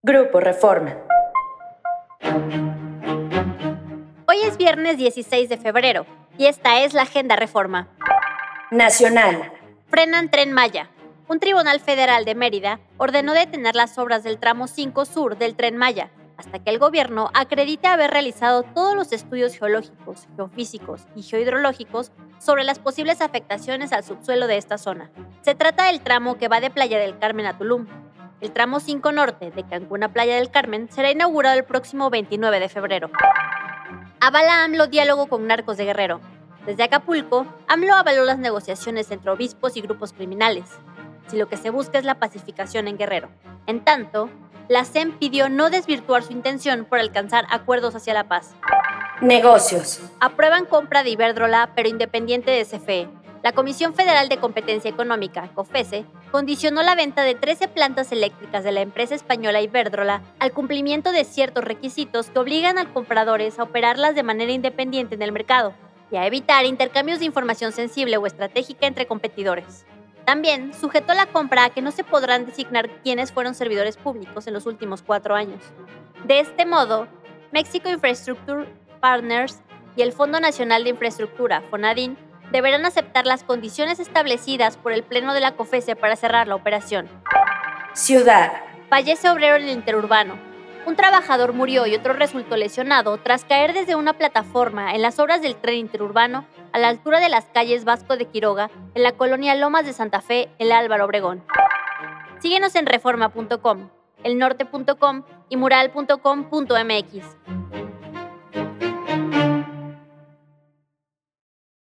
Grupo Reforma. Hoy es viernes 16 de febrero y esta es la Agenda Reforma. Nacional. Frenan Tren Maya. Un tribunal federal de Mérida ordenó detener las obras del tramo 5 sur del Tren Maya, hasta que el gobierno acredite haber realizado todos los estudios geológicos, geofísicos y geohidrológicos sobre las posibles afectaciones al subsuelo de esta zona. Se trata del tramo que va de Playa del Carmen a Tulum. El tramo 5 norte, de Cancún a Playa del Carmen, será inaugurado el próximo 29 de febrero. Avala AMLO diálogo con narcos de Guerrero. Desde Acapulco, AMLO avaló las negociaciones entre obispos y grupos criminales, si lo que se busca es la pacificación en Guerrero. En tanto, la SEM pidió no desvirtuar su intención por alcanzar acuerdos hacia la paz. Negocios. Aprueban compra de Iberdrola, pero independiente de CFE. La Comisión Federal de Competencia Económica, COFECE, condicionó la venta de 13 plantas eléctricas de la empresa española Iberdrola al cumplimiento de ciertos requisitos que obligan a compradores a operarlas de manera independiente en el mercado y a evitar intercambios de información sensible o estratégica entre competidores. También sujetó la compra a que no se podrán designar quiénes fueron servidores públicos en los últimos 4 años. De este modo, Mexico Infrastructure Partners y el Fondo Nacional de Infraestructura, FONADIN, deberán aceptar las condiciones establecidas por el Pleno de la COFECE para cerrar la operación. Ciudad. Fallece obrero en el interurbano. Un trabajador murió y otro resultó lesionado tras caer desde una plataforma en las obras del tren interurbano a la altura de las calles Vasco de Quiroga, en la colonia Lomas de Santa Fe, en la Álvaro Obregón. Síguenos en reforma.com, elnorte.com y mural.com.mx.